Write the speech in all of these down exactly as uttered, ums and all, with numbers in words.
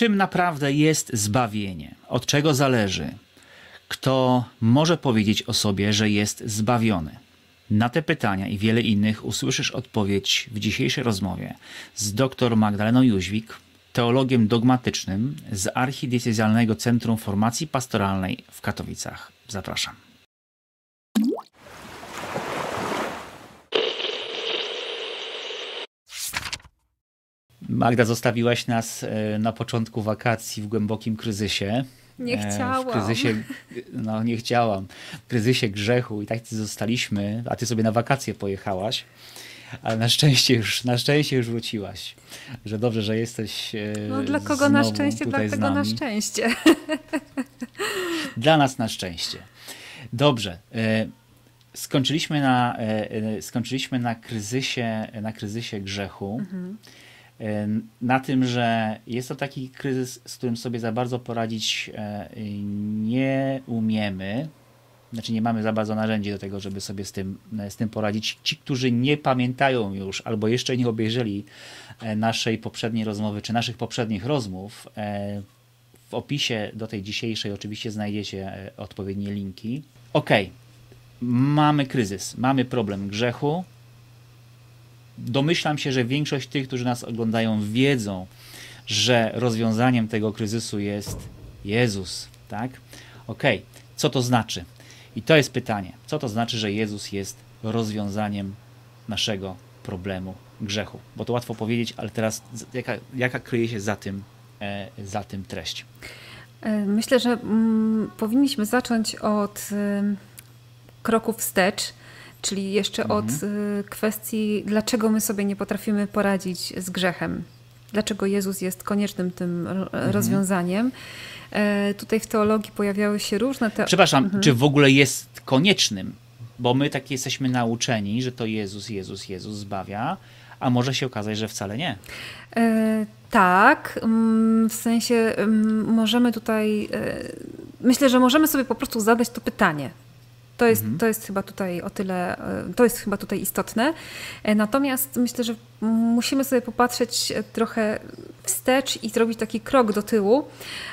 czym naprawdę jest zbawienie? Od czego zależy? Kto może powiedzieć o sobie, że jest zbawiony? Na te pytania i wiele innych usłyszysz odpowiedź w dzisiejszej rozmowie z dr Magdaleną Jóźwik, teologiem dogmatycznym z Archidiecezjalnego Centrum Formacji Pastoralnej w Katowicach. Zapraszam. Magda, zostawiłaś nas na początku wakacji w głębokim kryzysie. Nie chciałam. W kryzysie, no nie chciałam. W kryzysie grzechu i tak zostaliśmy, a ty sobie na wakacje pojechałaś. Ale na szczęście już, na szczęście już wróciłaś. Że dobrze, że jesteś No dla kogo na szczęście, dlatego na szczęście. Dla nas na szczęście. Dobrze. Skończyliśmy na, skończyliśmy na kryzysie, na kryzysie grzechu. Mhm. Na tym, że jest to taki kryzys, z którym sobie za bardzo poradzić nie umiemy. Znaczy nie mamy za bardzo narzędzi do tego, żeby sobie z tym, z tym poradzić. Ci, którzy nie pamiętają już albo jeszcze nie obejrzeli naszej poprzedniej rozmowy, czy naszych poprzednich rozmów, w opisie do tej dzisiejszej oczywiście znajdziecie odpowiednie linki. Ok, mamy kryzys, mamy problem grzechu. Domyślam się, że większość tych, którzy nas oglądają, wiedzą, że rozwiązaniem tego kryzysu jest Jezus, tak? Ok, co to znaczy? I to jest pytanie. Co to znaczy, że Jezus jest rozwiązaniem naszego problemu grzechu? Bo to łatwo powiedzieć, ale teraz jaka, jaka kryje się za tym, e, za tym treść? Myślę, że mm, powinniśmy zacząć od y, kroku wstecz, czyli jeszcze mhm. od y, kwestii, dlaczego my sobie nie potrafimy poradzić z grzechem. Dlaczego Jezus jest koniecznym tym mhm. rozwiązaniem. E, tutaj w teologii pojawiały się różne... Te... Przepraszam, mhm. czy w ogóle jest koniecznym? Bo my tak jesteśmy nauczeni, że to Jezus, Jezus, Jezus zbawia, a może się okazać, że wcale nie. E, tak, w sensie możemy tutaj... E, myślę, że możemy sobie po prostu zadać to pytanie. To jest, mhm. to jest chyba tutaj o tyle, to jest chyba tutaj istotne. Natomiast myślę, że musimy sobie popatrzeć trochę wstecz i zrobić taki krok do tyłu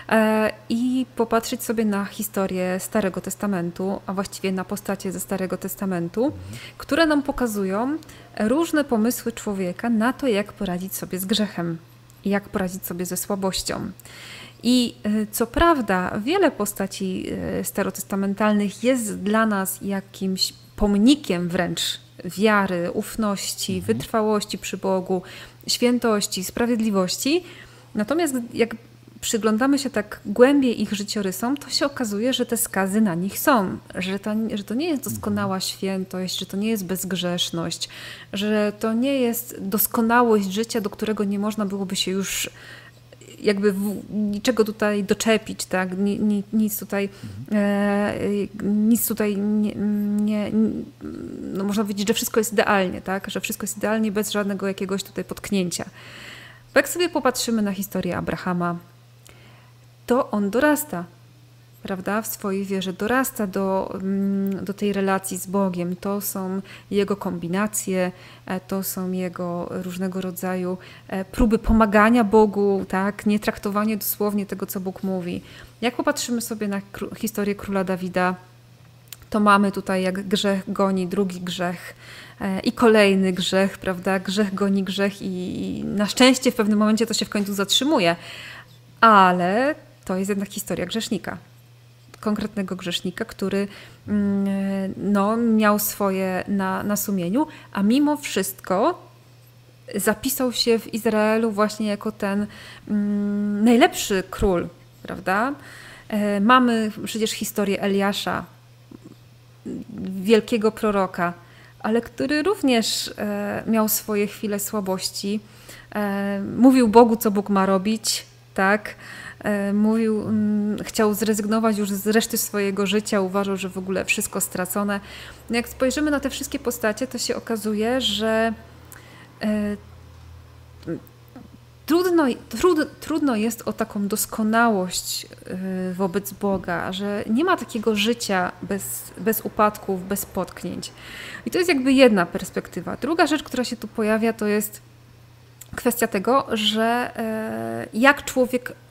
i popatrzeć sobie na historię Starego Testamentu, a właściwie na postacie ze Starego Testamentu, mhm. które nam pokazują różne pomysły człowieka na to, jak poradzić sobie z grzechem i jak poradzić sobie ze słabością. I co prawda wiele postaci starotestamentalnych jest dla nas jakimś pomnikiem wręcz wiary, ufności, mhm. wytrwałości przy Bogu, świętości, sprawiedliwości. Natomiast jak przyglądamy się tak głębiej ich życiorysom, to się okazuje, że te skazy na nich są, że to, że to nie jest doskonała świętość, że to nie jest bezgrzeszność, że to nie jest doskonałość życia, do którego nie można byłoby się już jakby w, niczego tutaj doczepić, tak? Ni, ni, nic tutaj, mhm. e, nic tutaj nie, nie, no można powiedzieć, że wszystko jest idealnie, tak? Że wszystko jest idealnie bez żadnego jakiegoś tutaj potknięcia. Bo jak sobie popatrzymy na historię Abrahama, to on dorasta, prawda? W swojej wierze dorasta do, do tej relacji z Bogiem. To są jego kombinacje, to są jego różnego rodzaju próby pomagania Bogu, tak? Nie traktowanie dosłownie tego, co Bóg mówi. Jak popatrzymy sobie na kró- historię króla Dawida, to mamy tutaj, jak grzech goni drugi grzech i kolejny grzech, prawda? Grzech goni grzech i na szczęście w pewnym momencie to się w końcu zatrzymuje. Ale to jest jednak historia grzesznika. Konkretnego grzesznika, który no, miał swoje na, na sumieniu, a mimo wszystko zapisał się w Izraelu właśnie jako ten mm, najlepszy król, prawda? E, mamy przecież historię Eliasza, wielkiego proroka, ale który również e, miał swoje chwile słabości. E, mówił Bogu, co Bóg ma robić, tak? Mówił, chciał zrezygnować już z reszty swojego życia, uważał, że w ogóle wszystko stracone. Jak spojrzymy na te wszystkie postacie, to się okazuje, że trudno, trud, trudno jest o taką doskonałość wobec Boga, że nie ma takiego życia bez, bez upadków, bez potknięć. I to jest jakby jedna perspektywa. Druga rzecz, która się tu pojawia, to jest kwestia tego, że jak człowiek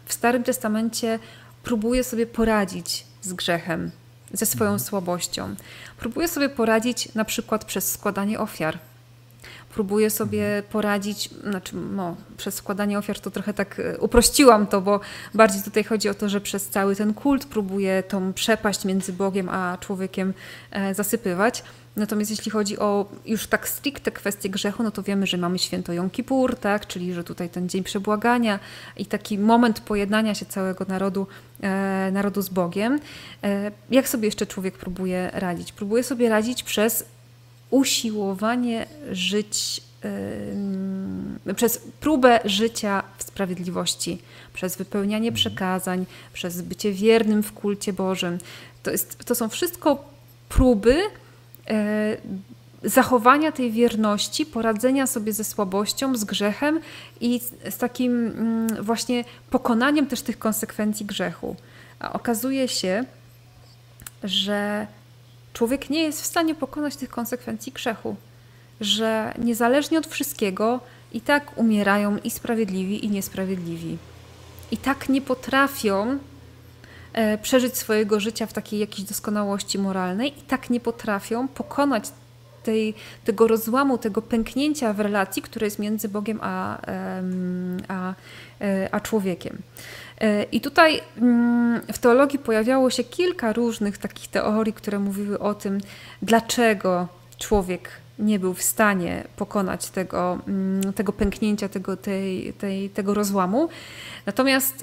w Starym Testamencie próbuje sobie poradzić z grzechem, ze swoją Mhm. słabością. Próbuje sobie poradzić na przykład przez składanie ofiar. Próbuję sobie poradzić, znaczy no, przez składanie ofiar to trochę tak e, uprościłam to, bo bardziej tutaj chodzi o to, że przez cały ten kult próbuję tą przepaść między Bogiem a człowiekiem e, zasypywać. Natomiast jeśli chodzi o już tak stricte kwestię grzechu, no to wiemy, że mamy święto Jom Kippur, tak? Czyli że tutaj ten dzień przebłagania i taki moment pojednania się całego narodu, e, narodu z Bogiem. E, jak sobie jeszcze człowiek próbuje radzić? Próbuje sobie radzić przez usiłowanie żyć, yy, przez próbę życia w sprawiedliwości, przez wypełnianie przekazań, przez bycie wiernym w kulcie Bożym. To, jest, to są wszystko próby yy, zachowania tej wierności, poradzenia sobie ze słabością, z grzechem i z, z takim yy, właśnie pokonaniem też tych konsekwencji grzechu. A okazuje się, że człowiek nie jest w stanie pokonać tych konsekwencji grzechu, że niezależnie od wszystkiego i tak umierają i sprawiedliwi, i niesprawiedliwi. I tak nie potrafią e, przeżyć swojego życia w takiej jakiejś doskonałości moralnej i tak nie potrafią pokonać tej, tego rozłamu, tego pęknięcia w relacji, które jest między Bogiem a, a, a człowiekiem. I tutaj w teologii pojawiało się kilka różnych takich teorii, które mówiły o tym, dlaczego człowiek nie był w stanie pokonać tego, tego pęknięcia, tego, tej, tej, tego rozłamu. Natomiast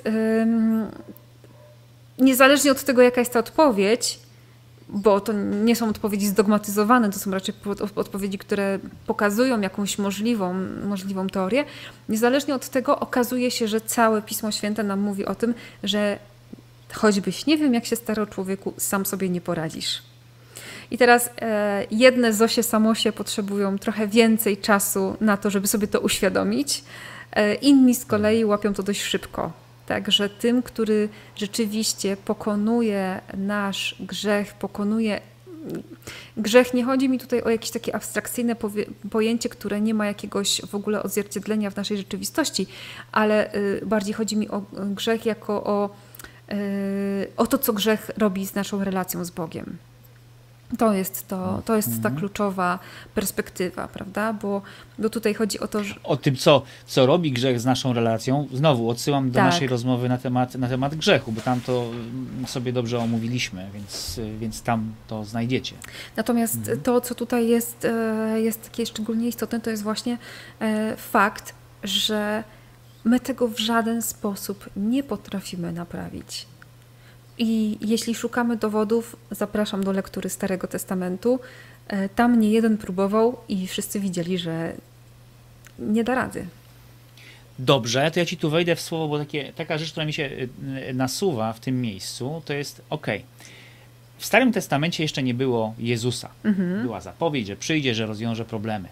niezależnie od tego, jaka jest ta odpowiedź, bo to nie są odpowiedzi zdogmatyzowane, to są raczej odpowiedzi, które pokazują jakąś możliwą, możliwą teorię. Niezależnie od tego okazuje się, że całe Pismo Święte nam mówi o tym, że choćbyś nie wiem, jak się starał człowieku, sam sobie nie poradzisz. I teraz e, jedne Zosie Samosie potrzebują trochę więcej czasu na to, żeby sobie to uświadomić. E, inni z kolei łapią to dość szybko. Także tym, który rzeczywiście pokonuje nasz grzech, pokonuje grzech, nie chodzi mi tutaj o jakieś takie abstrakcyjne pojęcie, które nie ma jakiegoś w ogóle odzwierciedlenia w naszej rzeczywistości, ale bardziej chodzi mi o grzech jako o, o to, co grzech robi z naszą relacją z Bogiem. To jest, to, to jest ta kluczowa perspektywa, prawda? Bo, bo tutaj chodzi o to, że... O tym, co, co robi grzech z naszą relacją, znowu odsyłam do tak. naszej rozmowy na temat, na temat grzechu, bo tam to sobie dobrze omówiliśmy, więc, więc tam to znajdziecie. Natomiast mhm. to, co tutaj jest, jest takie szczególnie istotne, to jest właśnie fakt, że my tego w żaden sposób nie potrafimy naprawić. I jeśli szukamy dowodów, zapraszam do lektury Starego Testamentu. Tam nie jeden próbował i wszyscy widzieli, że nie da rady. Dobrze, to ja ci tu wejdę w słowo, bo takie, taka rzecz, która mi się nasuwa w tym miejscu, to jest okej. Okay. W Starym Testamencie jeszcze nie było Jezusa. Mhm. Była zapowiedź, że przyjdzie, że rozwiąże problemy.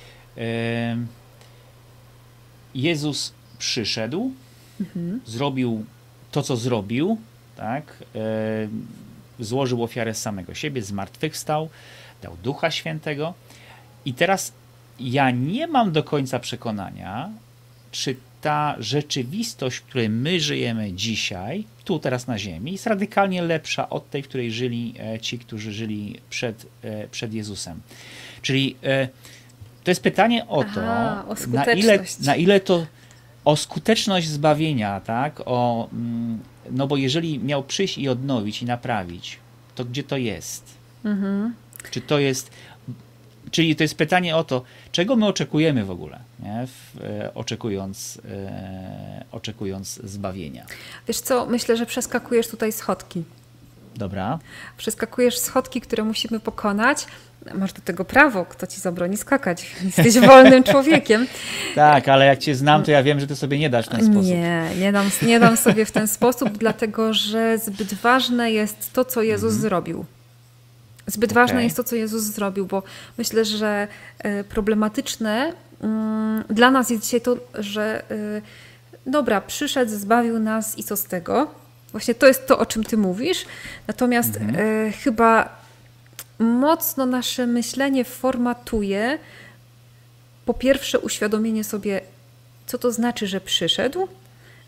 Jezus przyszedł, mhm. zrobił to, co zrobił, tak? Złożył ofiarę z samego siebie, zmartwychwstał, dał Ducha Świętego. I teraz ja nie mam do końca przekonania, czy ta rzeczywistość, w której my żyjemy dzisiaj, tu teraz na ziemi, jest radykalnie lepsza od tej, w której żyli ci, którzy żyli przed, przed Jezusem. Czyli to jest pytanie o to, Aha, o na, ile, na ile to o skuteczność zbawienia, tak? O, no bo jeżeli miał przyjść i odnowić i naprawić, to gdzie to jest? Mhm. Czy to jest... Czyli to jest pytanie o to, czego my oczekujemy w ogóle, nie? W, e, oczekując, e, oczekując zbawienia. Wiesz co, myślę, że przeskakujesz tutaj schodki. Dobra. Przeskakujesz schodki, które musimy pokonać. Masz do tego prawo, kto ci zabroni skakać. Jesteś wolnym człowiekiem. Tak, ale jak cię znam, to ja wiem, że ty sobie nie dasz w ten sposób. Nie, nie dam, nie dam sobie w ten sposób, dlatego że zbyt ważne jest to, co Jezus mhm. zrobił. Zbyt okay. ważne jest to, co Jezus zrobił, bo myślę, że problematyczne dla nas jest dzisiaj to, że dobra, przyszedł, zbawił nas i co z tego? Właśnie to jest to, o czym ty mówisz. Natomiast mhm. chyba mocno nasze myślenie formatuje po pierwsze uświadomienie sobie, co to znaczy, że przyszedł,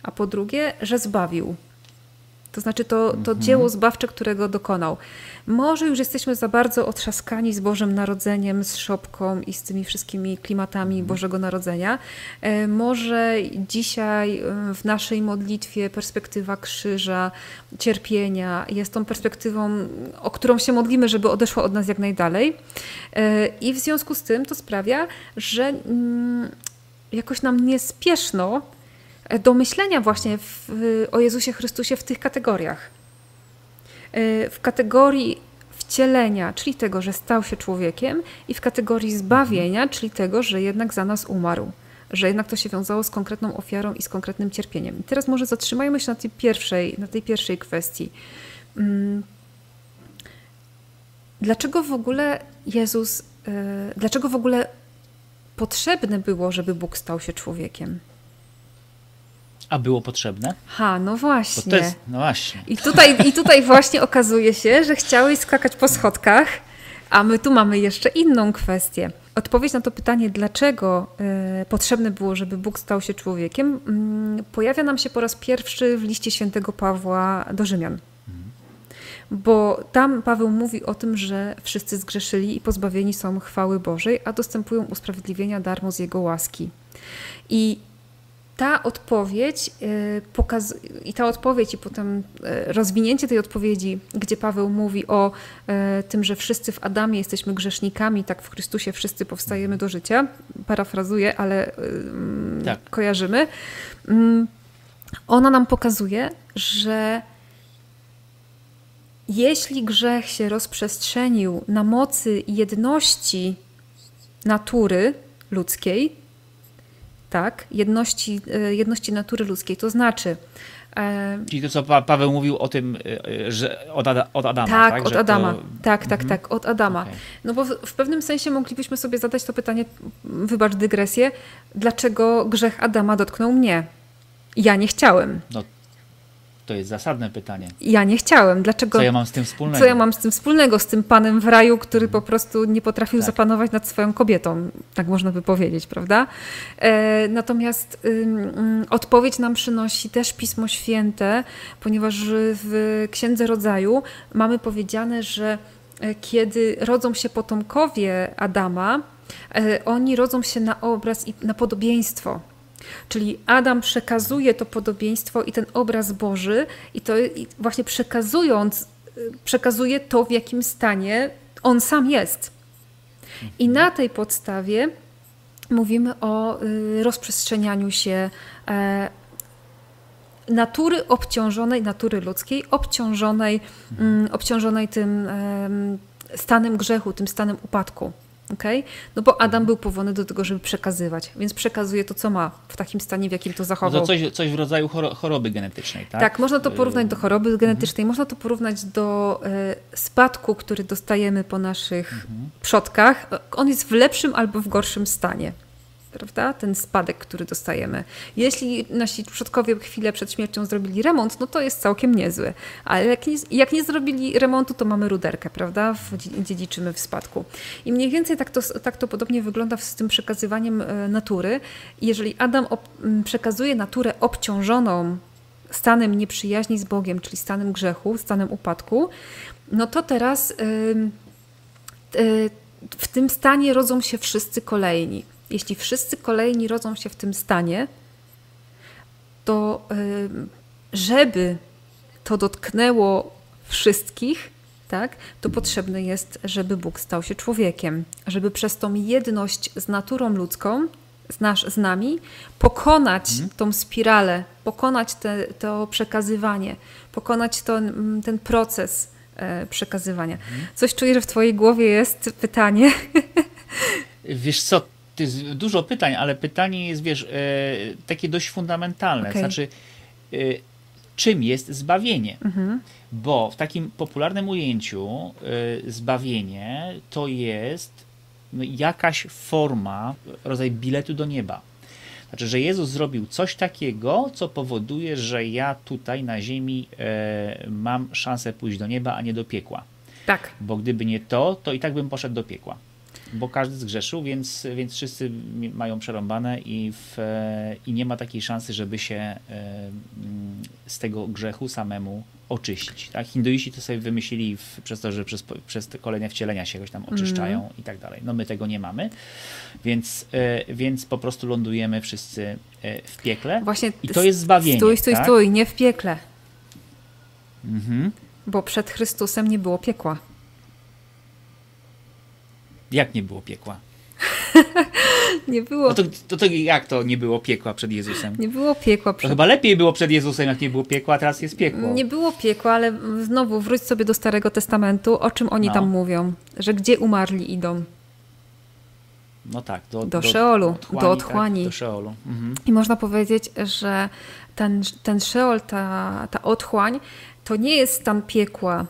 a po drugie, że zbawił. To znaczy to, to Mhm. dzieło zbawcze, którego dokonał. Może już jesteśmy za bardzo otrzaskani z Bożym Narodzeniem, z szopką i z tymi wszystkimi klimatami Bożego Narodzenia. E, Może dzisiaj e, w naszej modlitwie perspektywa krzyża, cierpienia jest tą perspektywą, o którą się modlimy, żeby odeszła od nas jak najdalej. E, I w związku z tym to sprawia, że mm, jakoś nam nie spieszno do myślenia właśnie w, o Jezusie Chrystusie w tych kategoriach. W kategorii wcielenia, czyli tego, że stał się człowiekiem, i w kategorii zbawienia, czyli tego, że jednak za nas umarł. Że jednak to się wiązało z konkretną ofiarą i z konkretnym cierpieniem. I teraz może zatrzymajmy się na tej pierwszej, na tej pierwszej kwestii. Dlaczego w ogóle Jezus, dlaczego w ogóle potrzebne było, żeby Bóg stał się człowiekiem? A było potrzebne? Ha, no właśnie. Bo to jest, no właśnie. I tutaj, I tutaj właśnie okazuje się, że chciałeś skakać po schodkach, a my tu mamy jeszcze inną kwestię. Odpowiedź na to pytanie, dlaczego y, potrzebne było, żeby Bóg stał się człowiekiem, y, pojawia nam się po raz pierwszy w liście świętego Pawła do Rzymian. Mhm. Bo tam Paweł mówi o tym, że wszyscy zgrzeszyli i pozbawieni są chwały Bożej, a dostępują usprawiedliwienia darmo z Jego łaski. I ta odpowiedź pokaz- i ta odpowiedź i potem rozwinięcie tej odpowiedzi, gdzie Paweł mówi o tym, że wszyscy w Adamie jesteśmy grzesznikami, tak w Chrystusie wszyscy powstajemy do życia. Parafrazuję, ale tak. Kojarzymy. Ona nam pokazuje, że jeśli grzech się rozprzestrzenił na mocy jedności natury ludzkiej, tak, jedności, jedności natury ludzkiej, to znaczy... E... Czyli to, co pa- Paweł mówił o tym, że od, Ada, od Adama, tak? Tak, od że Adama. To... Tak, tak, mhm. tak, od Adama. Okay. No bo w, w pewnym sensie moglibyśmy sobie zadać to pytanie, wybacz dygresję, dlaczego grzech Adama dotknął mnie? Ja nie chciałem. No, to jest zasadne pytanie. Ja nie chciałem. Dlaczego? Co ja mam z tym wspólnego? Co ja mam z tym wspólnego? Z tym panem w raju, który po prostu nie potrafił tak. zapanować nad swoją kobietą. Tak można by powiedzieć, prawda? E, natomiast y, y, odpowiedź nam przynosi też Pismo Święte, ponieważ w Księdze Rodzaju mamy powiedziane, że kiedy rodzą się potomkowie Adama, e, oni rodzą się na obraz i na podobieństwo. Czyli Adam przekazuje to podobieństwo i ten obraz Boży i to i właśnie przekazując, przekazuje to, w jakim stanie on sam jest. I na tej podstawie mówimy o rozprzestrzenianiu się natury obciążonej, natury ludzkiej, obciążonej, obciążonej tym stanem grzechu, tym stanem upadku. Okay? No bo Adam był powołany do tego, żeby przekazywać, więc przekazuje to, co ma w takim stanie, w jakim to zachował. No to coś, coś w rodzaju choroby genetycznej, tak? Tak, można to porównać do choroby genetycznej, mhm. można to porównać do y, spadku, który dostajemy po naszych mhm. przodkach. On jest w lepszym albo w gorszym stanie. Prawda? Ten spadek, który dostajemy. Jeśli nasi przodkowie chwilę przed śmiercią zrobili remont, no to jest całkiem niezły. Ale jak nie, jak nie zrobili remontu, to mamy ruderkę, prawda? Dziedziczymy w spadku. I mniej więcej tak to, tak to podobnie wygląda z tym przekazywaniem natury. Jeżeli Adam op- przekazuje naturę obciążoną stanem nieprzyjaźni z Bogiem, czyli stanem grzechu, stanem upadku, no to teraz yy, yy, w tym stanie rodzą się wszyscy kolejni. Jeśli wszyscy kolejni rodzą się w tym stanie, to żeby to dotknęło wszystkich, tak, to potrzebne jest, żeby Bóg stał się człowiekiem, żeby przez tą jedność z naturą ludzką, z, nasz, z nami, pokonać mhm. tą spiralę, pokonać te, to przekazywanie, pokonać to, ten proces przekazywania. Mhm. Coś czuję, że w twojej głowie jest pytanie. Wiesz co, to jest dużo pytań, ale pytanie jest, wiesz, e, takie dość fundamentalne. Okay. Znaczy, e, czym jest zbawienie? Mhm. Bo w takim popularnym ujęciu e, zbawienie to jest no, jakaś forma, rodzaj biletu do nieba. Znaczy, że Jezus zrobił coś takiego, co powoduje, że ja tutaj na ziemi e, mam szansę pójść do nieba, a nie do piekła. Tak. Bo gdyby nie to, to i tak bym poszedł do piekła. bo każdy zgrzeszył, więc, więc wszyscy mają przerąbane i, w, i nie ma takiej szansy, żeby się z tego grzechu samemu oczyścić. Tak? Hinduiści to sobie wymyślili w, przez to, że przez, przez te kolejne wcielenia się jakoś tam oczyszczają mm. i tak dalej. No my tego nie mamy, więc, więc po prostu lądujemy wszyscy w piekle. Właśnie i to jest zbawienie. Stój, stój, tak? stój, nie w piekle. Mhm. Bo przed Chrystusem nie było piekła. Jak nie było piekła? Nie było. No to, to, to jak to nie było piekła przed Jezusem? Nie było piekła. Przed... To chyba lepiej było przed Jezusem, jak nie było piekła, a teraz jest piekło. Nie było piekła, ale znowu wróć sobie do Starego Testamentu, o czym oni no. tam mówią, że gdzie umarli idą? No tak. Do, do, do Szeolu, otchłani, do otchłani. Tak, do Szeolu. Mhm. I można powiedzieć, że ten, ten Szeol, ta, ta otchłań, to nie jest stan piekła,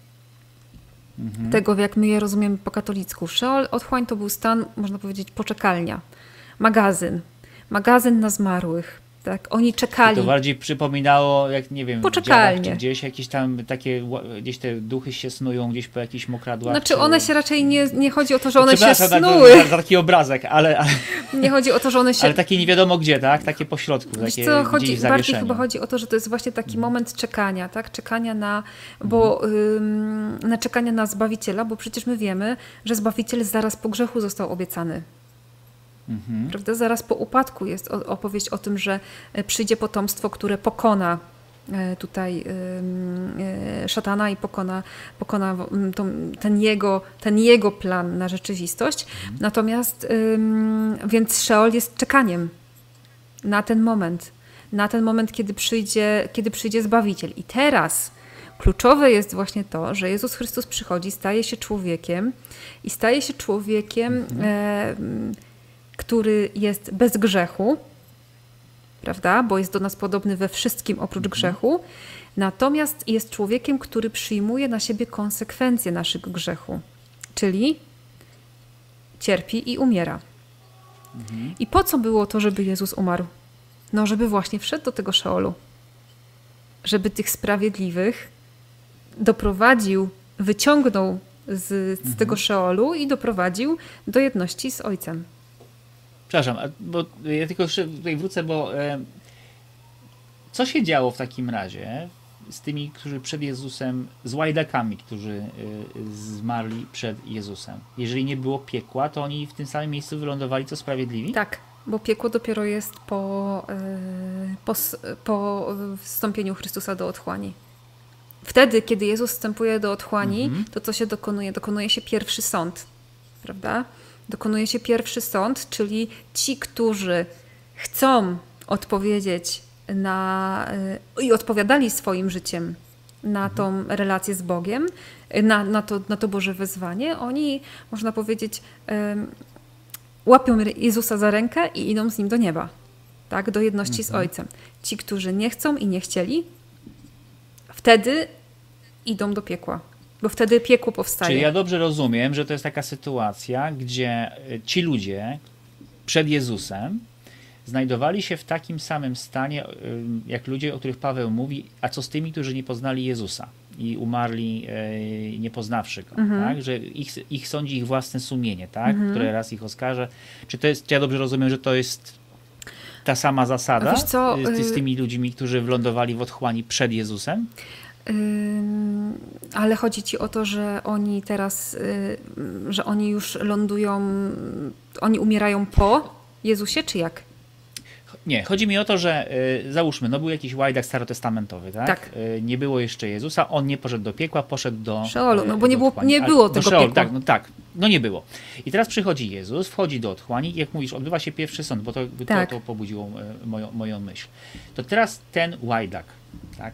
mhm. tego, jak my je rozumiemy po katolicku. Szeol, otchłań to był stan, można powiedzieć, poczekalnia. Magazyn. Magazyn na zmarłych. Tak? Oni czekali. To bardziej przypominało, jak nie wiem, poczekalnie. W dziadach, czy gdzieś jakieś tam takie, gdzieś te duchy się snują gdzieś po jakichś mokradłach. Znaczy czy... one się raczej nie, nie chodzi o to, że one się snuły. Za, za taki obrazek, ale, ale... Nie chodzi o to, że one się... Ale takie nie wiadomo gdzie, tak? Takie pośrodku, takie co, chodzi, gdzieś w bardziej zawieszeniu. chyba chodzi o to, że to jest właśnie taki moment czekania, tak? Czekania na, bo, ym, na czekania na Zbawiciela, bo przecież my wiemy, że Zbawiciel zaraz po grzechu został obiecany. Mhm. Prawda? Zaraz po upadku jest opowieść o tym, że przyjdzie potomstwo, które pokona tutaj szatana i pokona, pokona ten, jego, ten jego plan na rzeczywistość. Mhm. Natomiast więc Szeol jest czekaniem na ten moment. Na ten moment, kiedy przyjdzie, kiedy przyjdzie Zbawiciel. I teraz kluczowe jest właśnie to, że Jezus Chrystus przychodzi, staje się człowiekiem i staje się człowiekiem mhm. e, który jest bez grzechu, prawda? Bo jest do nas podobny we wszystkim oprócz mhm. grzechu. Natomiast jest człowiekiem, który przyjmuje na siebie konsekwencje naszego grzechu. Czyli cierpi i umiera. Mhm. I po co było to, żeby Jezus umarł? No, żeby właśnie wszedł do tego Szeolu. Żeby tych sprawiedliwych doprowadził, wyciągnął z, z mhm. tego Szeolu i doprowadził do jedności z Ojcem. Przepraszam, bo ja tylko jeszcze tutaj wrócę, bo e, co się działo w takim razie z tymi, którzy przed Jezusem, z łajdakami, którzy e, zmarli przed Jezusem? Jeżeli nie było piekła, to oni w tym samym miejscu wylądowali co sprawiedliwi? Tak, bo piekło dopiero jest po, e, po, po wstąpieniu Chrystusa do otchłani. Wtedy, kiedy Jezus wstępuje do otchłani, mhm. to co się dokonuje? Dokonuje się pierwszy sąd, prawda? Dokonuje się pierwszy sąd, czyli ci, którzy chcą odpowiedzieć na, i odpowiadali swoim życiem na tą relację z Bogiem, na, na, to, na to Boże wezwanie, oni, można powiedzieć, um, łapią Jezusa za rękę i idą z Nim do nieba, tak, do jedności mhm. z Ojcem. Ci, którzy nie chcą i nie chcieli, wtedy idą do piekła. Bo wtedy piekło powstaje. Czyli ja dobrze rozumiem, że to jest taka sytuacja, gdzie ci ludzie przed Jezusem znajdowali się w takim samym stanie, jak ludzie, o których Paweł mówi, a co z tymi, którzy nie poznali Jezusa i umarli nie poznawszy Go, mhm. tak? Że ich, ich sądzi ich własne sumienie, tak? Mhm. Które raz ich oskarża. Czy to jest, czy ja dobrze rozumiem, że to jest ta sama zasada Wiesz co? Z, z tymi ludźmi, którzy wylądowali w otchłani przed Jezusem? Ale chodzi ci o to, że oni teraz, że oni już lądują, oni umierają po Jezusie, czy jak? Nie, chodzi mi o to, że załóżmy, no był jakiś łajdak starotestamentowy, tak? Tak. Nie było jeszcze Jezusa, on nie poszedł do piekła, poszedł do Szeolu, no bo nie było, otchłani. nie było tego Szeolu, piekła. Tak, no tak, no nie było. I teraz przychodzi Jezus, wchodzi do otchłani i jak mówisz, odbywa się pierwszy sąd, bo to, tak. to, to pobudziło moją, moją myśl. To teraz ten łajdak, tak?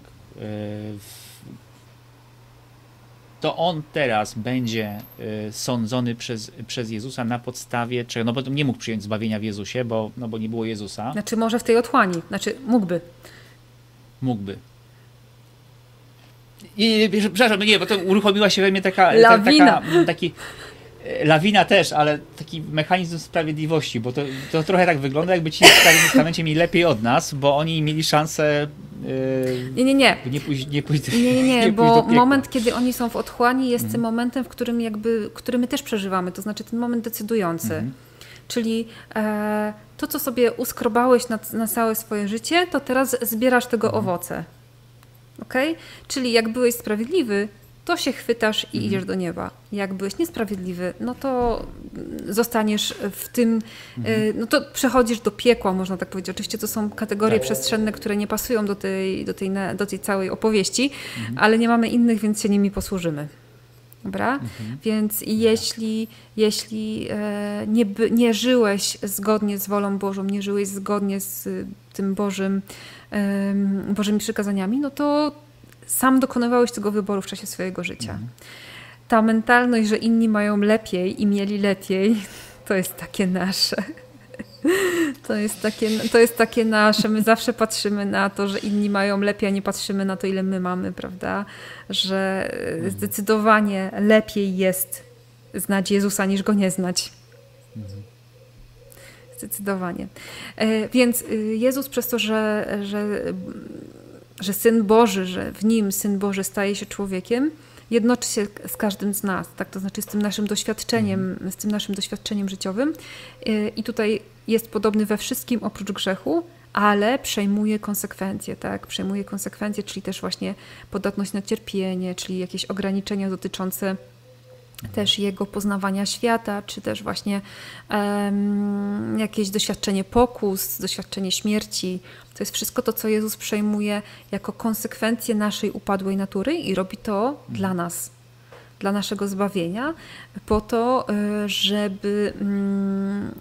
To on teraz będzie y, sądzony przez, przez Jezusa na podstawie czego? No bo nie mógł przyjąć zbawienia w Jezusie, bo, no bo nie było Jezusa. Znaczy może w tej otchłani, znaczy mógłby. Mógłby. Nie, nie, nie, przepraszam, no nie, bo to uruchomiła się we mnie taka, Lawina. taka taki, Lawina też, ale taki mechanizm sprawiedliwości, bo to, to trochę tak wygląda, jakby ci w Starym Testamencie mieli lepiej od nas, bo oni mieli szansę yy, nie, nie, nie. nie pójść, nie pójść, nie, nie, nie, nie bo pójść moment, kiedy oni są w otchłani, jest mhm. tym momentem, w którym jakby, który my też przeżywamy, to znaczy ten moment decydujący. Mhm. Czyli e, to, co sobie uskrobałeś na, na całe swoje życie, to teraz zbierasz tego mhm. owoce. Okay? Czyli jak byłeś sprawiedliwy, to się chwytasz i mhm. idziesz do nieba. Jak byłeś niesprawiedliwy, no to zostaniesz w tym, mhm. no to przechodzisz do piekła, można tak powiedzieć. Oczywiście to są kategorie tak. przestrzenne, które nie pasują do tej, do tej, do tej całej opowieści, mhm. ale nie mamy innych, więc się nimi posłużymy. Dobra? Mhm. Więc jeśli, jeśli e, nie, nie żyłeś zgodnie z wolą Bożą, nie żyłeś zgodnie z tym Bożym, e, Bożymi przykazaniami, no to sam dokonywałeś tego wyboru w czasie swojego życia. Mhm. Ta mentalność, że inni mają lepiej i mieli lepiej, to jest takie nasze. To jest takie, to jest takie nasze. My zawsze patrzymy na to, że inni mają lepiej, a nie patrzymy na to, ile my mamy, prawda? Że mhm. zdecydowanie lepiej jest znać Jezusa, niż Go nie znać. Mhm. Zdecydowanie. Więc Jezus przez to, że, że że Syn Boży, że w Nim Syn Boży staje się człowiekiem, jednoczy się z każdym z nas, tak? To znaczy z tym naszym doświadczeniem, z tym naszym doświadczeniem życiowym. I tutaj jest podobny we wszystkim oprócz grzechu, ale przejmuje konsekwencje, tak? Przejmuje konsekwencje, czyli też właśnie podatność na cierpienie, czyli jakieś ograniczenia dotyczące też jego poznawania świata, czy też właśnie um, jakieś doświadczenie pokus, doświadczenie śmierci. To jest wszystko to, co Jezus przejmuje jako konsekwencje naszej upadłej natury i robi to mhm. dla nas, dla naszego zbawienia, po to, żeby um,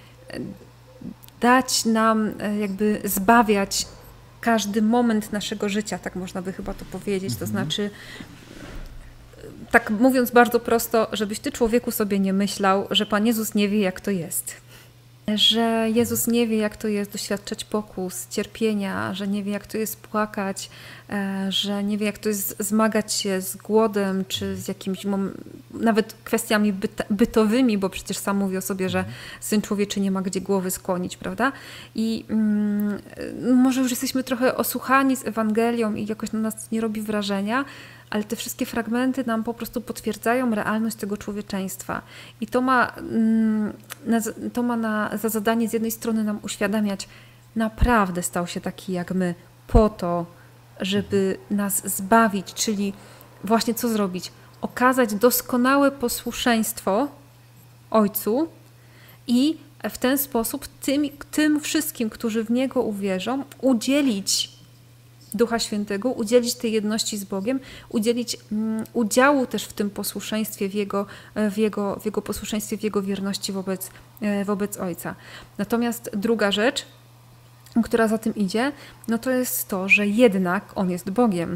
dać nam jakby zbawiać każdy moment naszego życia, tak można by chyba to powiedzieć, to mhm. znaczy tak mówiąc bardzo prosto, żebyś ty człowieku sobie nie myślał, że Pan Jezus nie wie, jak to jest. Że Jezus nie wie, jak to jest doświadczać pokus, cierpienia, że nie wie, jak to jest płakać, że nie wie, jak to jest zmagać się z głodem, czy z jakimiś nawet kwestiami byt, bytowymi, bo przecież sam mówi o sobie, że Syn Człowieczy nie ma gdzie głowy skłonić, prawda? I mm, może już jesteśmy trochę osłuchani z Ewangelią i jakoś na nas nie robi wrażenia, ale te wszystkie fragmenty nam po prostu potwierdzają realność tego człowieczeństwa. I to ma, to ma na, za zadanie z jednej strony nam uświadamiać, naprawdę stał się taki jak my po to, żeby nas zbawić, czyli właśnie co zrobić? Okazać doskonałe posłuszeństwo Ojcu i w ten sposób tym, tym wszystkim, którzy w Niego uwierzą, udzielić Ducha Świętego, udzielić tej jedności z Bogiem, udzielić um, udziału też w tym posłuszeństwie, w Jego, w Jego, w Jego posłuszeństwie, w Jego wierności wobec, wobec Ojca. Natomiast druga rzecz, która za tym idzie, no to jest to, że jednak On jest Bogiem.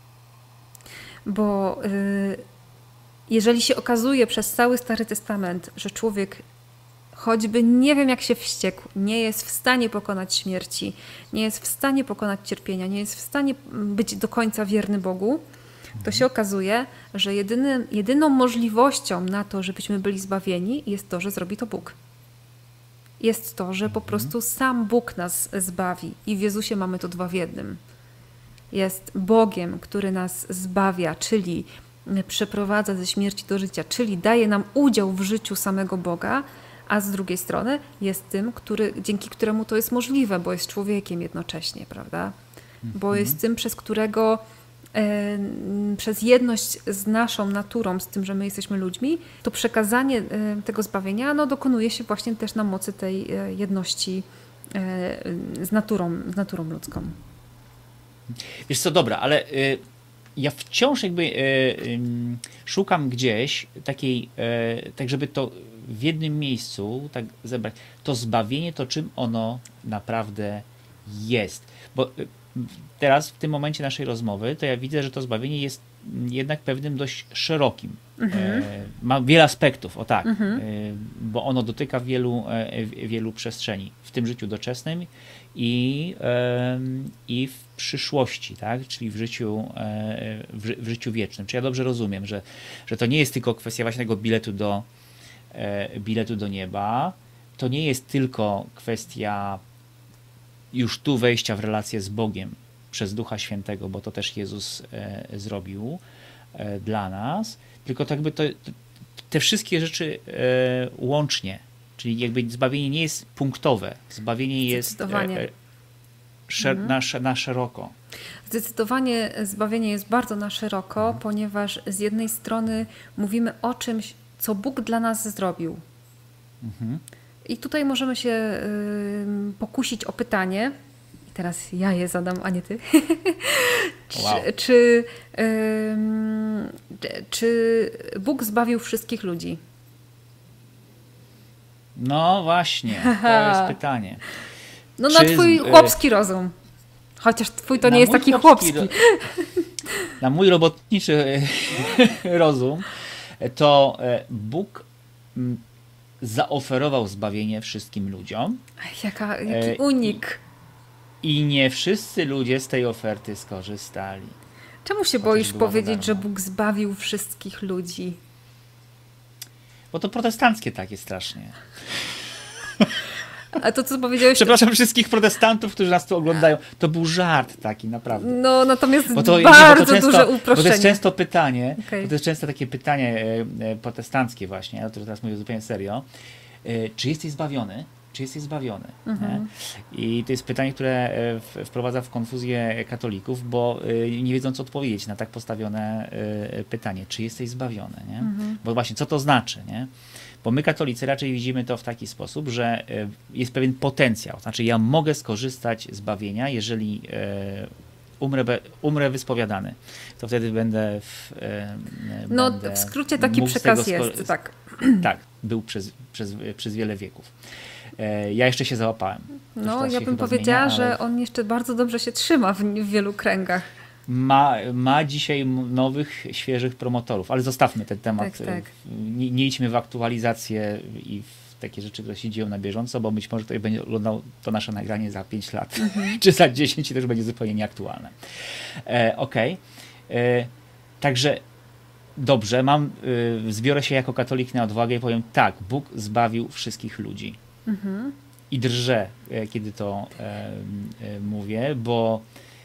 Bo y, jeżeli się okazuje przez cały Stary Testament, że człowiek choćby nie wiem jak się wściekł, nie jest w stanie pokonać śmierci, nie jest w stanie pokonać cierpienia, nie jest w stanie być do końca wierny Bogu, to się okazuje, że jedyny, jedyną możliwością na to, żebyśmy byli zbawieni, jest to, że zrobi to Bóg. Jest to, że po prostu sam Bóg nas zbawi i w Jezusie mamy to dwa w jednym. Jest Bogiem, który nas zbawia, czyli przeprowadza ze śmierci do życia, czyli daje nam udział w życiu samego Boga, a z drugiej strony jest tym, który, dzięki któremu to jest możliwe, bo jest człowiekiem jednocześnie, prawda? Bo jest tym, przez którego, e, przez jedność z naszą naturą, z tym, że my jesteśmy ludźmi, to przekazanie e, tego zbawienia no, dokonuje się właśnie też na mocy tej e, jedności e, z naturą, z naturą ludzką. Wiesz co, dobra, ale y, ja wciąż jakby y, y, szukam gdzieś takiej, y, tak żeby to w jednym miejscu tak zebrać, to zbawienie, to czym ono naprawdę jest. Bo teraz w tym momencie naszej rozmowy, to ja widzę, że to zbawienie jest jednak pewnym dość szerokim. Mhm. Ma wiele aspektów, o tak, mhm. bo ono dotyka wielu, wielu przestrzeni w tym życiu doczesnym i, i w przyszłości, tak? Czyli w życiu, w, w życiu wiecznym. Czy ja dobrze rozumiem, że, że to nie jest tylko kwestia właśnie tego biletu do biletu do nieba. To nie jest tylko kwestia już tu wejścia w relację z Bogiem przez Ducha Świętego, bo to też Jezus zrobił dla nas, tylko to jakby to, te wszystkie rzeczy łącznie, czyli jakby zbawienie nie jest punktowe, zbawienie jest szer- mhm. na, na szeroko. Zdecydowanie zbawienie jest bardzo na szeroko, mhm. ponieważ z jednej strony mówimy o czymś, co Bóg dla nas zrobił. Mhm. I tutaj możemy się y, pokusić o pytanie, i teraz ja je zadam, a nie ty. czy, wow. czy, y, czy Bóg zbawił wszystkich ludzi? No właśnie, to jest pytanie. No czy na twój z... chłopski rozum. Chociaż twój to na nie jest taki chłopski. Ro... Na mój robotniczy rozum to Bóg zaoferował zbawienie wszystkim ludziom. Ach, jaka, jaki unik. I, I nie wszyscy ludzie z tej oferty skorzystali. Czemu się boisz powiedzieć, że Bóg zbawił wszystkich ludzi? Bo to protestanckie takie strasznie. A to, co powiedziałeś... Przepraszam wszystkich protestantów, którzy nas tu oglądają. To był żart taki, naprawdę. No, natomiast bo to, bardzo bo to często, duże uproszczenie. Bo to jest często pytanie, okay. bo to jest często takie pytanie protestanckie właśnie, ja to teraz mówię zupełnie serio. Czy jesteś zbawiony? Czy jesteś zbawiony? Mhm. I to jest pytanie, które wprowadza w konfuzję katolików, bo nie wiedzą, co odpowiedzieć na tak postawione pytanie. Czy jesteś zbawiony? Nie? Mhm. Bo właśnie, co to znaczy? Nie? Bo my katolicy raczej widzimy to w taki sposób, że jest pewien potencjał. Znaczy ja mogę skorzystać z zbawienia, jeżeli umrę, umrę wyspowiadany. To wtedy będę w No będę w skrócie taki przekaz jest, tak. Tak, był przez, przez, przez wiele wieków. Ja jeszcze się załapałem. No ja bym powiedziała, zmienia, ale... że on jeszcze bardzo dobrze się trzyma w, w wielu kręgach. Ma, ma dzisiaj nowych, świeżych promotorów, ale zostawmy ten temat. Tak, tak. Nie, nie idźmy w aktualizację i w takie rzeczy, które się dzieją na bieżąco, bo być może ktoś będzie oglądał to nasze nagranie za pięć lat, mm-hmm. czy za dziesięć i to już będzie zupełnie nieaktualne. E, Okej. Okay. E, także dobrze, mam, y, zbiorę się jako katolik na odwagę i powiem tak, Bóg zbawił wszystkich ludzi. Mm-hmm. I drżę, kiedy to e, e, mówię, bo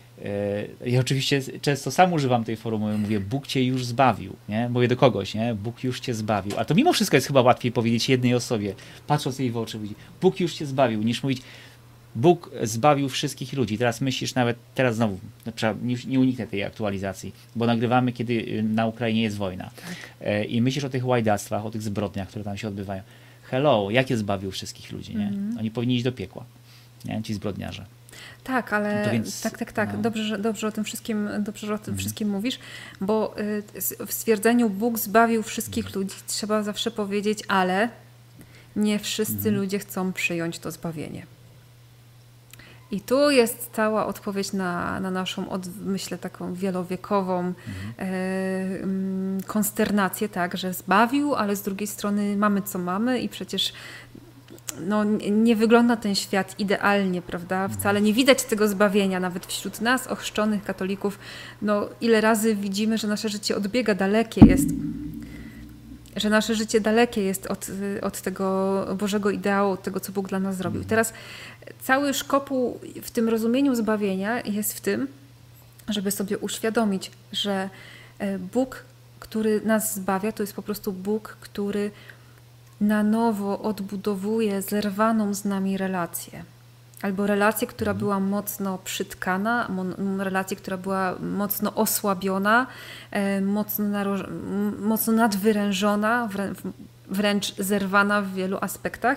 e, ja oczywiście często sam używam tej formuły, mówię, Bóg cię już zbawił, nie? Mówię do kogoś, nie? Bóg już cię zbawił. A to mimo wszystko jest chyba łatwiej powiedzieć jednej osobie, patrząc jej w oczy, mówić, Bóg już cię zbawił, niż mówić, Bóg zbawił wszystkich ludzi. Teraz myślisz nawet, teraz znowu, nie, nie uniknę tej aktualizacji, bo nagrywamy, kiedy na Ukrainie jest wojna. Tak. E, I myślisz o tych łajdactwach, o tych zbrodniach, które tam się odbywają. Hello, jakie zbawił wszystkich ludzi, nie? Mm. Oni powinni iść do piekła, nie? Ci zbrodniarze. Tak, ale no więc, tak, tak, tak. No. Dobrze, że, dobrze o tym wszystkim, dobrze, że o tym mm. wszystkim mówisz, bo y, w stwierdzeniu Bóg zbawił wszystkich mm. ludzi trzeba zawsze powiedzieć, ale nie wszyscy mm. ludzie chcą przyjąć to zbawienie. I tu jest cała odpowiedź na, na naszą, od, myślę, taką wielowiekową mhm. e, konsternację, tak, że zbawił, ale z drugiej strony mamy co mamy i przecież no, nie wygląda ten świat idealnie, prawda? Wcale nie widać tego zbawienia, nawet wśród nas, ochrzczonych katolików. No, ile razy widzimy, że nasze życie odbiega, dalekie jest. Że nasze życie dalekie jest od, od tego Bożego ideału, od tego, co Bóg dla nas zrobił. Teraz cały szkopuł w tym rozumieniu zbawienia jest w tym, żeby sobie uświadomić, że Bóg, który nas zbawia, to jest po prostu Bóg, który na nowo odbudowuje zerwaną z nami relację. Albo relację, która była mocno przytkana, relację, która była mocno osłabiona, mocno, naroż- mocno nadwyrężona, wręcz zerwana w wielu aspektach.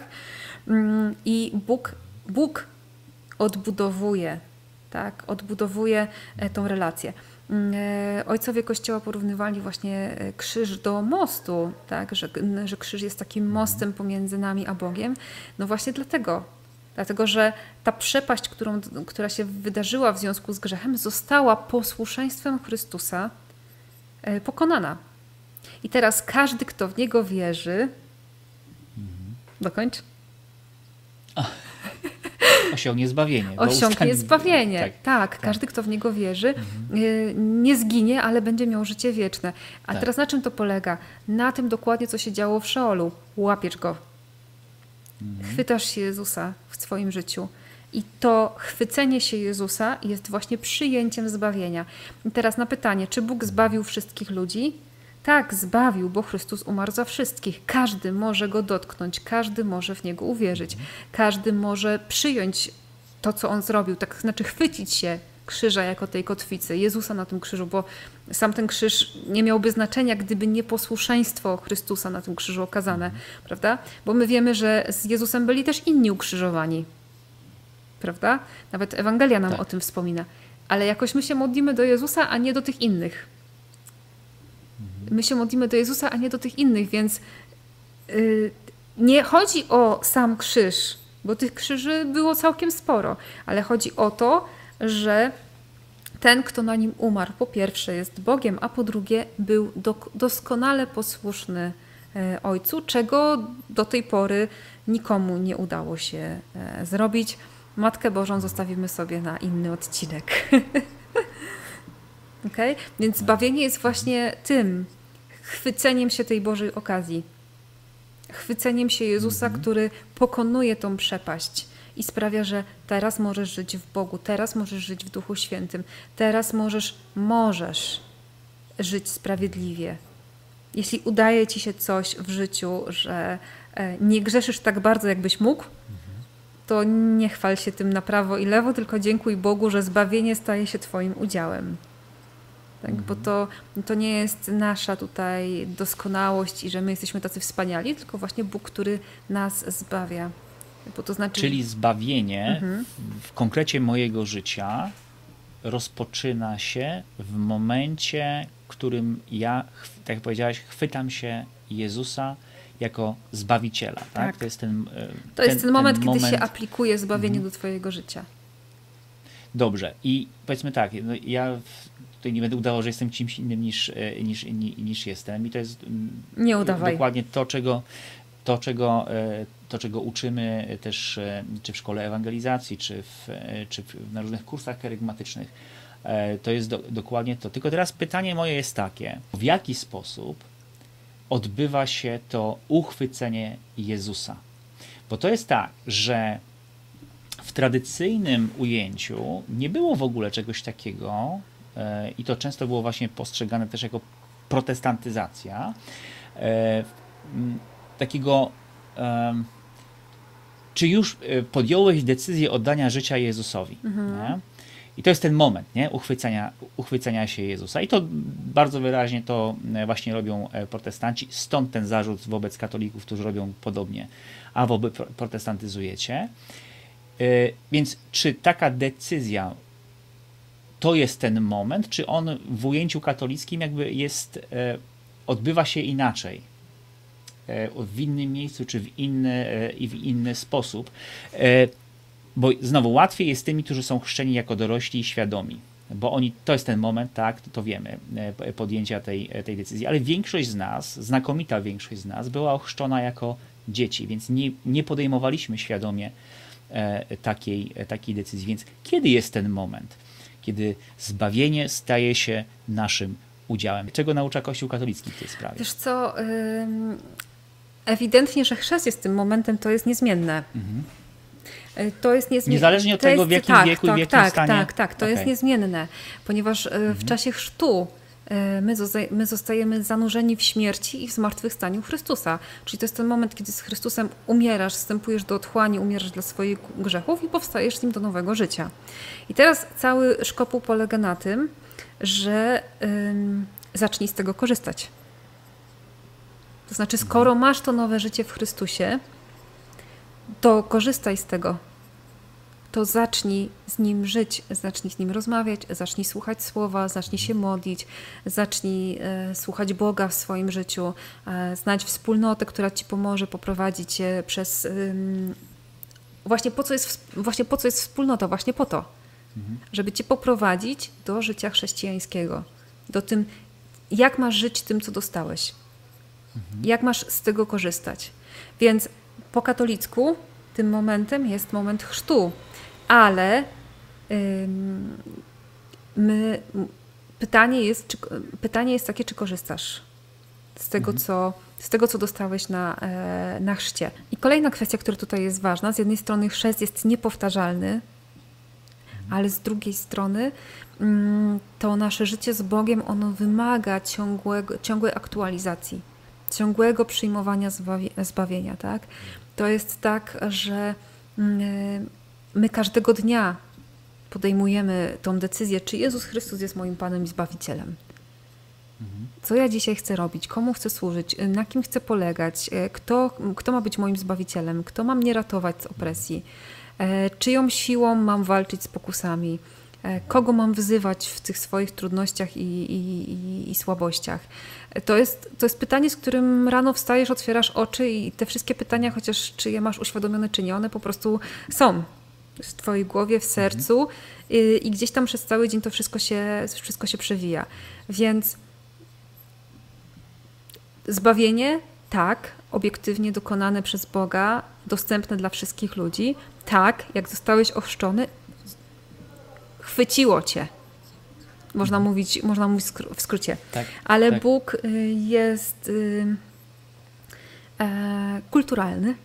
I Bóg, Bóg odbudowuje, tak, odbudowuje tą relację. Ojcowie Kościoła porównywali właśnie krzyż do mostu, tak, że, że krzyż jest takim mostem pomiędzy nami a Bogiem. No właśnie dlatego, Dlatego, że ta przepaść, którą, która się wydarzyła w związku z grzechem, została posłuszeństwem Chrystusa pokonana. I teraz każdy, kto w Niego wierzy... Mhm. Dokończ. osiągnie zbawienie. Osiągnie ustami... zbawienie, tak, tak, tak. Każdy, kto w Niego wierzy, Mhm. nie zginie, ale będzie miał życie wieczne. A Tak. teraz na czym to polega? Na tym dokładnie, co się działo w Szeolu. Łapiesz Go. Mhm. Chwytasz się Jezusa w swoim życiu. I to chwycenie się Jezusa jest właśnie przyjęciem zbawienia. I teraz na pytanie, czy Bóg zbawił wszystkich ludzi? Tak, zbawił, bo Chrystus umarł za wszystkich. Każdy może Go dotknąć, każdy może w Niego uwierzyć, każdy może przyjąć to, co On zrobił, tak znaczy chwycić się krzyża jako tej kotwicy, Jezusa na tym krzyżu, bo sam ten krzyż nie miałby znaczenia, gdyby nie posłuszeństwo Chrystusa na tym krzyżu okazane, prawda? Bo my wiemy, że z Jezusem byli też inni ukrzyżowani, prawda? Nawet Ewangelia nam tak. o tym wspomina. Ale jakoś my się modlimy do Jezusa, a nie do tych innych. My się modlimy do Jezusa, a nie do tych innych, więc yy, nie chodzi o sam krzyż, bo tych krzyży było całkiem sporo, ale chodzi o to, że ten, kto na nim umarł, po pierwsze jest Bogiem, a po drugie był do, doskonale posłuszny e, Ojcu, czego do tej pory nikomu nie udało się e, zrobić. Matkę Bożą zostawimy sobie na inny odcinek. Okay? Więc zbawienie jest właśnie tym chwyceniem się tej Bożej okazji. Chwyceniem się Jezusa, mhm. który pokonuje tą przepaść i sprawia, że teraz możesz żyć w Bogu, teraz możesz żyć w Duchu Świętym, teraz możesz, możesz żyć sprawiedliwie. Jeśli udaje ci się coś w życiu, że nie grzeszysz tak bardzo, jakbyś mógł, to nie chwal się tym na prawo i lewo, tylko dziękuj Bogu, że zbawienie staje się twoim udziałem. Tak, mhm. Bo to, to nie jest nasza tutaj doskonałość i że my jesteśmy tacy wspaniali, tylko właśnie Bóg, który nas zbawia. Bo to znaczy... Czyli zbawienie mhm. w konkrecie mojego życia rozpoczyna się w momencie, w którym ja, tak jak powiedziałaś, chwytam się Jezusa jako Zbawiciela. Tak? Tak. To jest ten, to jest ten, ten moment, ten kiedy moment... się aplikuje zbawienie mhm. do twojego życia. Dobrze. I powiedzmy tak, no ja tutaj nie będę udawał, że jestem czymś innym niż, niż, niż jestem. I to jest nie udawaj. dokładnie to, czego, to, czego, to, czego uczymy też czy w szkole ewangelizacji, czy, w, czy w, na różnych kursach kerygmatycznych. To jest do, dokładnie to. Tylko teraz pytanie moje jest takie. W jaki sposób odbywa się to uchwycenie Jezusa? Bo to jest tak, że w tradycyjnym ujęciu nie było w ogóle czegoś takiego e, i to często było właśnie postrzegane też jako protestantyzacja e, m, takiego e, czy już podjąłeś decyzję oddania życia Jezusowi. Mhm. Nie? I to jest ten moment, nie? Uchwycenia, uchwycenia się Jezusa. I to bardzo wyraźnie to właśnie robią protestanci. Stąd ten zarzut wobec katolików, którzy robią podobnie, a wy protestantyzujecie. Więc czy taka decyzja to jest ten moment, czy on w ujęciu katolickim jakby jest, odbywa się inaczej? W innym miejscu, czy w inny, i w inny sposób? Bo znowu łatwiej jest tymi, którzy są chrzczeni jako dorośli i świadomi, bo oni, to jest ten moment, tak, to, to wiemy, podjęcia tej, tej decyzji, ale większość z nas, znakomita większość z nas była ochrzczona jako dzieci, więc nie, nie podejmowaliśmy świadomie e, takiej, e, takiej decyzji. Więc kiedy jest ten moment, kiedy zbawienie staje się naszym udziałem? Czego naucza Kościół katolicki w tej sprawie? Wiesz co, ym, ewidentnie, że chrzest jest tym momentem, to jest niezmienne. Mhm. To jest niezmienne. Niezależnie od tego, jest, w jakim tak, wieku tak, i w jakim tak, stanie? Tak, tak, to okay. jest niezmienne, ponieważ mhm. w czasie chrztu my, my zostajemy zanurzeni w śmierci i w zmartwychwstaniu Chrystusa. Czyli to jest ten moment, kiedy z Chrystusem umierasz, wstępujesz do otchłani, umierasz dla swoich grzechów i powstajesz z nim do nowego życia. I teraz cały szkopuł polega na tym, że ym, zacznij z tego korzystać. To znaczy, skoro mhm. masz to nowe życie w Chrystusie, to korzystaj z tego. To zacznij z nim żyć, zacznij z nim rozmawiać, zacznij słuchać słowa, zacznij się modlić, zacznij e, słuchać Boga w swoim życiu, e, znać wspólnotę, która ci pomoże poprowadzić cię przez... Ym, właśnie, po co jest, właśnie po co jest wspólnota? Właśnie po to, mhm. żeby cię poprowadzić do życia chrześcijańskiego. Do tym, jak masz żyć tym, co dostałeś. Mhm. Jak masz z tego korzystać. Więc po katolicku tym momentem jest moment chrztu. ale ym, my, pytanie, jest, czy, pytanie jest takie, czy korzystasz z tego, mhm. co, z tego, co dostałeś na, e, na chrzcie. I kolejna kwestia, która tutaj jest ważna. Z jednej strony chrzest jest niepowtarzalny, mhm. ale z drugiej strony ym, to nasze życie z Bogiem, ono wymaga ciągłego, ciągłej aktualizacji, ciągłego przyjmowania zbawi, zbawienia. Tak? To jest tak, że ym, my każdego dnia podejmujemy tą decyzję, czy Jezus Chrystus jest moim Panem i Zbawicielem. Mhm. Co ja dzisiaj chcę robić? Komu chcę służyć? Na kim chcę polegać? Kto, kto ma być moim Zbawicielem? Kto ma mnie ratować z opresji? Czyją siłą mam walczyć z pokusami? Kogo mam wzywać w tych swoich trudnościach i, i, i, i słabościach? To jest, to jest pytanie, z którym rano wstajesz, otwierasz oczy i te wszystkie pytania, chociaż czy je masz uświadomione, czy nie, one po prostu są w twojej głowie, w sercu mhm. i, i gdzieś tam przez cały dzień to wszystko się, wszystko się przewija. Więc zbawienie, tak, obiektywnie dokonane przez Boga, dostępne dla wszystkich ludzi, tak, jak zostałeś ochrzczony, chwyciło cię. Można mhm. mówić, można mówić w skrócie. Tak, ale tak. Bóg jest y, e, kulturalny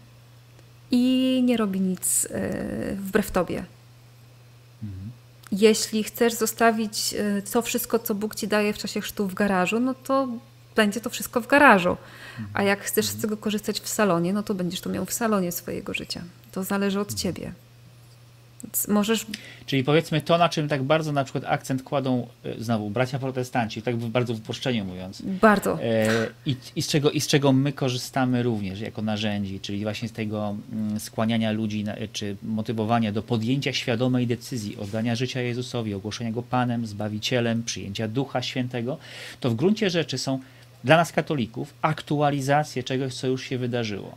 i nie robi nic y, wbrew tobie. Mhm. Jeśli chcesz zostawić y, to wszystko, co Bóg ci daje w czasie chrztu w garażu, no to będzie to wszystko w garażu. A jak chcesz z tego korzystać w salonie, no to będziesz to miał w salonie swojego życia. To zależy od ciebie. Więc możesz... Czyli powiedzmy to, na czym tak bardzo na przykład akcent kładą znowu bracia protestanci, tak bardzo w uproszczeniu mówiąc. Bardzo. E, i, i, z czego, I z czego my korzystamy również jako narzędzi, czyli właśnie z tego skłaniania ludzi, na, czy motywowania do podjęcia świadomej decyzji, oddania życia Jezusowi, ogłoszenia Go Panem, Zbawicielem, przyjęcia Ducha Świętego, to w gruncie rzeczy są dla nas katolików aktualizacje czegoś, co już się wydarzyło.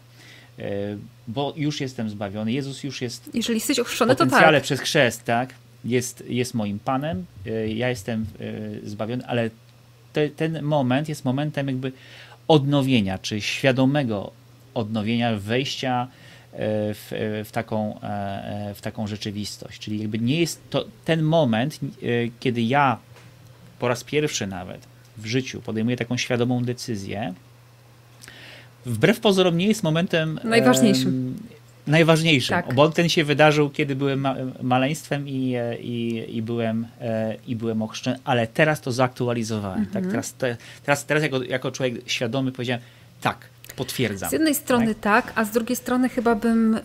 Bo już jestem zbawiony, Jezus już jest Jeżeli jesteś ochrzczony, w potencjale to tak. przez chrzest, tak? Jest, jest moim Panem, ja jestem zbawiony, ale te, ten moment jest momentem jakby odnowienia, czy świadomego odnowienia, wejścia w, w, taką, w taką rzeczywistość. Czyli jakby nie jest to ten moment, kiedy ja po raz pierwszy nawet w życiu podejmuję taką świadomą decyzję, wbrew pozorom nie jest momentem najważniejszym. E, najważniejszym, tak. Bo ten się wydarzył, kiedy byłem ma maleństwem i, i, i, byłem, e, i byłem ochrzczony, ale teraz to zaktualizowałem. Mm-hmm. Tak? Teraz, te, teraz, teraz jako, jako człowiek świadomy powiedziałem, tak, potwierdzam. Z jednej strony tak, tak a z drugiej strony chyba bym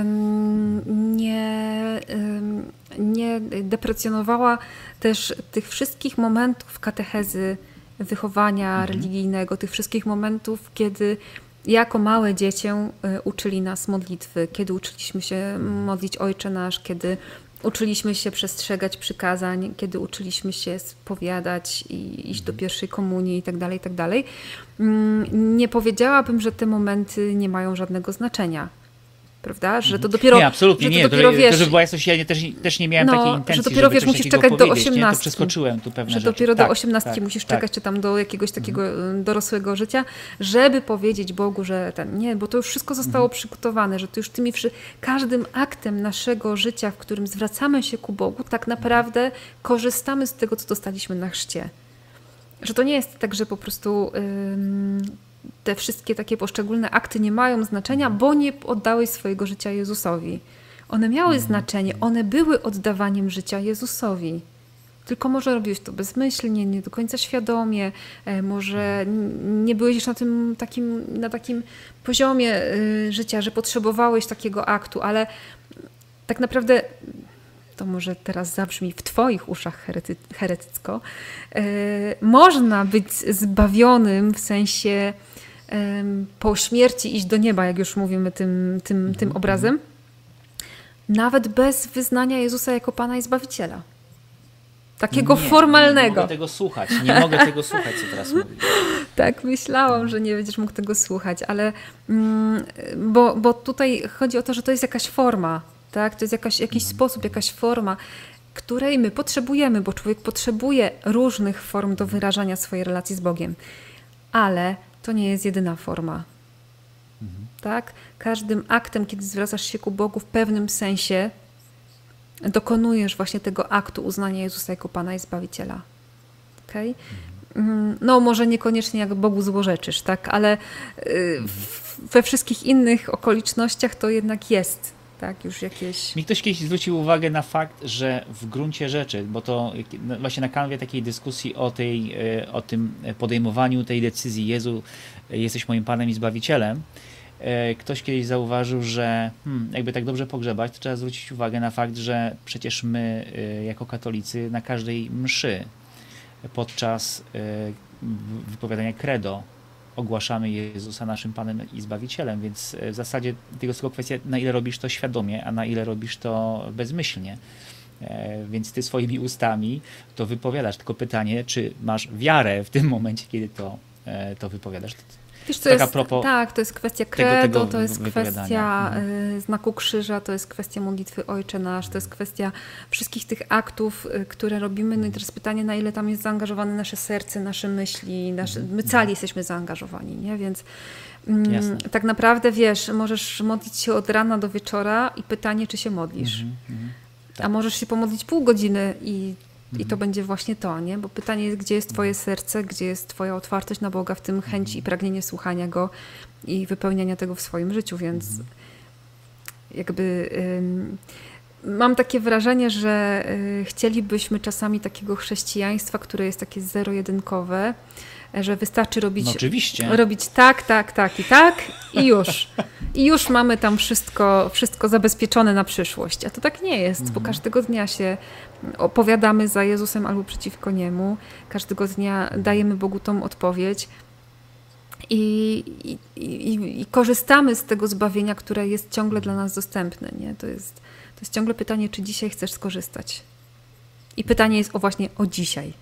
ym, nie, ym, nie deprecjonowała też tych wszystkich momentów katechezy, wychowania mm-hmm. religijnego, tych wszystkich momentów, kiedy jako małe dziecię uczyli nas modlitwy, kiedy uczyliśmy się modlić Ojcze Nasz, kiedy uczyliśmy się przestrzegać przykazań, kiedy uczyliśmy się spowiadać i iść do pierwszej komunii i tak dalej, i tak dalej. Nie powiedziałabym, że te momenty nie mają żadnego znaczenia. Prawda? Że to dopiero. Nie, absolutnie że to nie. Dopiero, to, wiesz, to, żeby była jasność, ja też, też nie miałem no, takiej intencji, że dopiero wiesz, musisz czekać do osiemnastki. To przeskoczyłem tu pewne że rzeczy. dopiero tak, do osiemnastki tak, musisz tak. czekać, czy tam do jakiegoś takiego mhm. dorosłego życia, żeby powiedzieć Bogu, że ten nie, bo to już wszystko zostało mhm. przygotowane, że to już tymi każdym aktem naszego życia, w którym zwracamy się ku Bogu, tak naprawdę mhm. korzystamy z tego, co dostaliśmy na chrzcie. Że to nie jest tak, że po prostu ym, te wszystkie takie poszczególne akty nie mają znaczenia, bo nie oddałeś swojego życia Jezusowi. One miały mm. znaczenie, one były oddawaniem życia Jezusowi. Tylko może robiłeś to bezmyślnie, nie do końca świadomie, może nie byłeś już na tym takim, na takim poziomie życia, że potrzebowałeś takiego aktu, ale tak naprawdę, to może teraz zabrzmi w twoich uszach herety, heretycko, można być zbawionym w sensie po śmierci iść do nieba, jak już mówimy tym, tym, tym obrazem, nawet bez wyznania Jezusa jako Pana i Zbawiciela. Takiego nie, formalnego. Nie mogę tego słuchać, nie mogę tego słuchać, co teraz mówisz. Tak, myślałam, że nie będziesz mógł tego słuchać, ale mm, bo, bo tutaj chodzi o to, że to jest jakaś forma, tak? To jest jakaś, jakiś mhm. sposób, jakaś forma, której my potrzebujemy, bo człowiek potrzebuje różnych form do wyrażania swojej relacji z Bogiem. Ale to nie jest jedyna forma. Mhm. Tak? Każdym aktem, kiedy zwracasz się ku Bogu w pewnym sensie, dokonujesz właśnie tego aktu uznania Jezusa jako Pana i Zbawiciela. Okay? No może niekoniecznie jak Bogu złorzeczysz, tak? Ale we wszystkich innych okolicznościach to jednak jest, tak? Już jakieś... Mi ktoś kiedyś zwrócił uwagę na fakt, że w gruncie rzeczy, bo to właśnie na kanwie takiej dyskusji o, tej, o tym podejmowaniu tej decyzji, Jezu, jesteś moim Panem i Zbawicielem, ktoś kiedyś zauważył, że hmm, jakby tak dobrze pogrzebać, to trzeba zwrócić uwagę na fakt, że przecież my jako katolicy na każdej mszy podczas wypowiadania credo ogłaszamy Jezusa naszym Panem i Zbawicielem, więc w zasadzie tylko jest tylko kwestia, na ile robisz to świadomie, a na ile robisz to bezmyślnie. Więc ty swoimi ustami to wypowiadasz, tylko pytanie, czy masz wiarę w tym momencie, kiedy to, to wypowiadasz. Wiesz, to jest, tak, to jest kwestia credo, tego, tego to jest kwestia mhm. znaku krzyża, to jest kwestia modlitwy Ojcze Nasz, to jest kwestia wszystkich tych aktów, które robimy. No i teraz pytanie, na ile tam jest zaangażowane nasze serce, nasze myśli, nasze, my cali jesteśmy zaangażowani, nie? Więc mm, tak naprawdę, wiesz, możesz modlić się od rana do wieczora i pytanie, czy się modlisz. Mhm, mhm. Tak. A możesz się pomodlić pół godziny i I to będzie właśnie to, nie? Bo pytanie jest, gdzie jest twoje serce, gdzie jest twoja otwartość na Boga, w tym chęć i pragnienie słuchania Go i wypełniania tego w swoim życiu, więc jakby ym, mam takie wrażenie, że y, chcielibyśmy czasami takiego chrześcijaństwa, które jest takie zero-jedynkowe, że wystarczy robić, no oczywiście. robić tak, tak, tak i tak i już. I już mamy tam wszystko, wszystko zabezpieczone na przyszłość. A to tak nie jest, mhm. bo każdego dnia się opowiadamy za Jezusem albo przeciwko Niemu. Każdego dnia dajemy Bogu tą odpowiedź i, i, i, i korzystamy z tego zbawienia, które jest ciągle dla nas dostępne. Nie? To jest, to jest ciągle pytanie, czy dzisiaj chcesz skorzystać. I pytanie jest o właśnie o dzisiaj.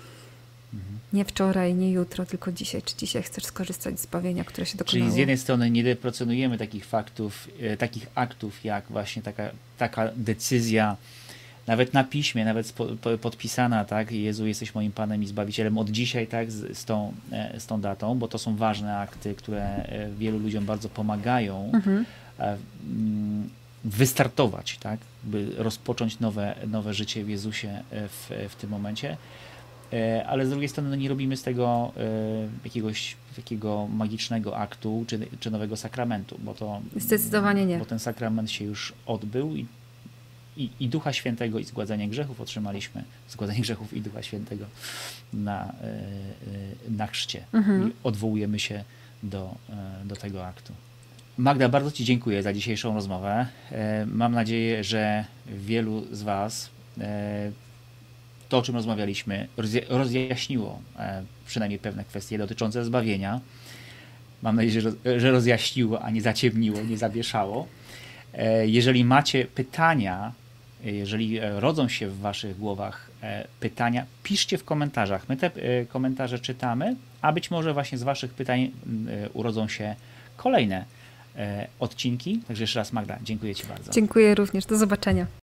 Nie wczoraj, nie jutro, tylko dzisiaj. Czy dzisiaj chcesz skorzystać z zbawienia, które się dokonało? Czyli z jednej strony nie deprecjonujemy takich faktów, e, takich aktów, jak właśnie taka, taka decyzja, nawet na piśmie, nawet spo, po, podpisana, tak? Jezu, jesteś moim Panem i Zbawicielem od dzisiaj, tak? Z, z, tą, e, z tą datą, bo to są ważne akty, które e, wielu ludziom bardzo pomagają mhm. e, m, wystartować, tak? By rozpocząć nowe, nowe życie w Jezusie w, w tym momencie. Ale z drugiej strony no, nie robimy z tego y, jakiegoś takiego magicznego aktu czy, czy nowego sakramentu, bo to zdecydowanie nie. Bo ten sakrament się już odbył i, i, i Ducha Świętego i zgładzenie grzechów otrzymaliśmy, zgładzenie grzechów i Ducha Świętego na, y, y, na chrzcie. Mhm. I odwołujemy się do, y, do tego aktu. Magda, bardzo Ci dziękuję za dzisiejszą rozmowę. Y, mam nadzieję, że wielu z Was y, to, o czym rozmawialiśmy, rozjaśniło e, przynajmniej pewne kwestie dotyczące zbawienia. Mam nadzieję, że, że rozjaśniło, a nie zaciemniło, nie zawieszało. E, jeżeli macie pytania, jeżeli rodzą się w waszych głowach e, pytania, piszcie w komentarzach. My te e, komentarze czytamy, a być może właśnie z waszych pytań e, urodzą się kolejne e, odcinki. Także jeszcze raz, Magda, dziękuję Ci bardzo. Dziękuję również. Do zobaczenia.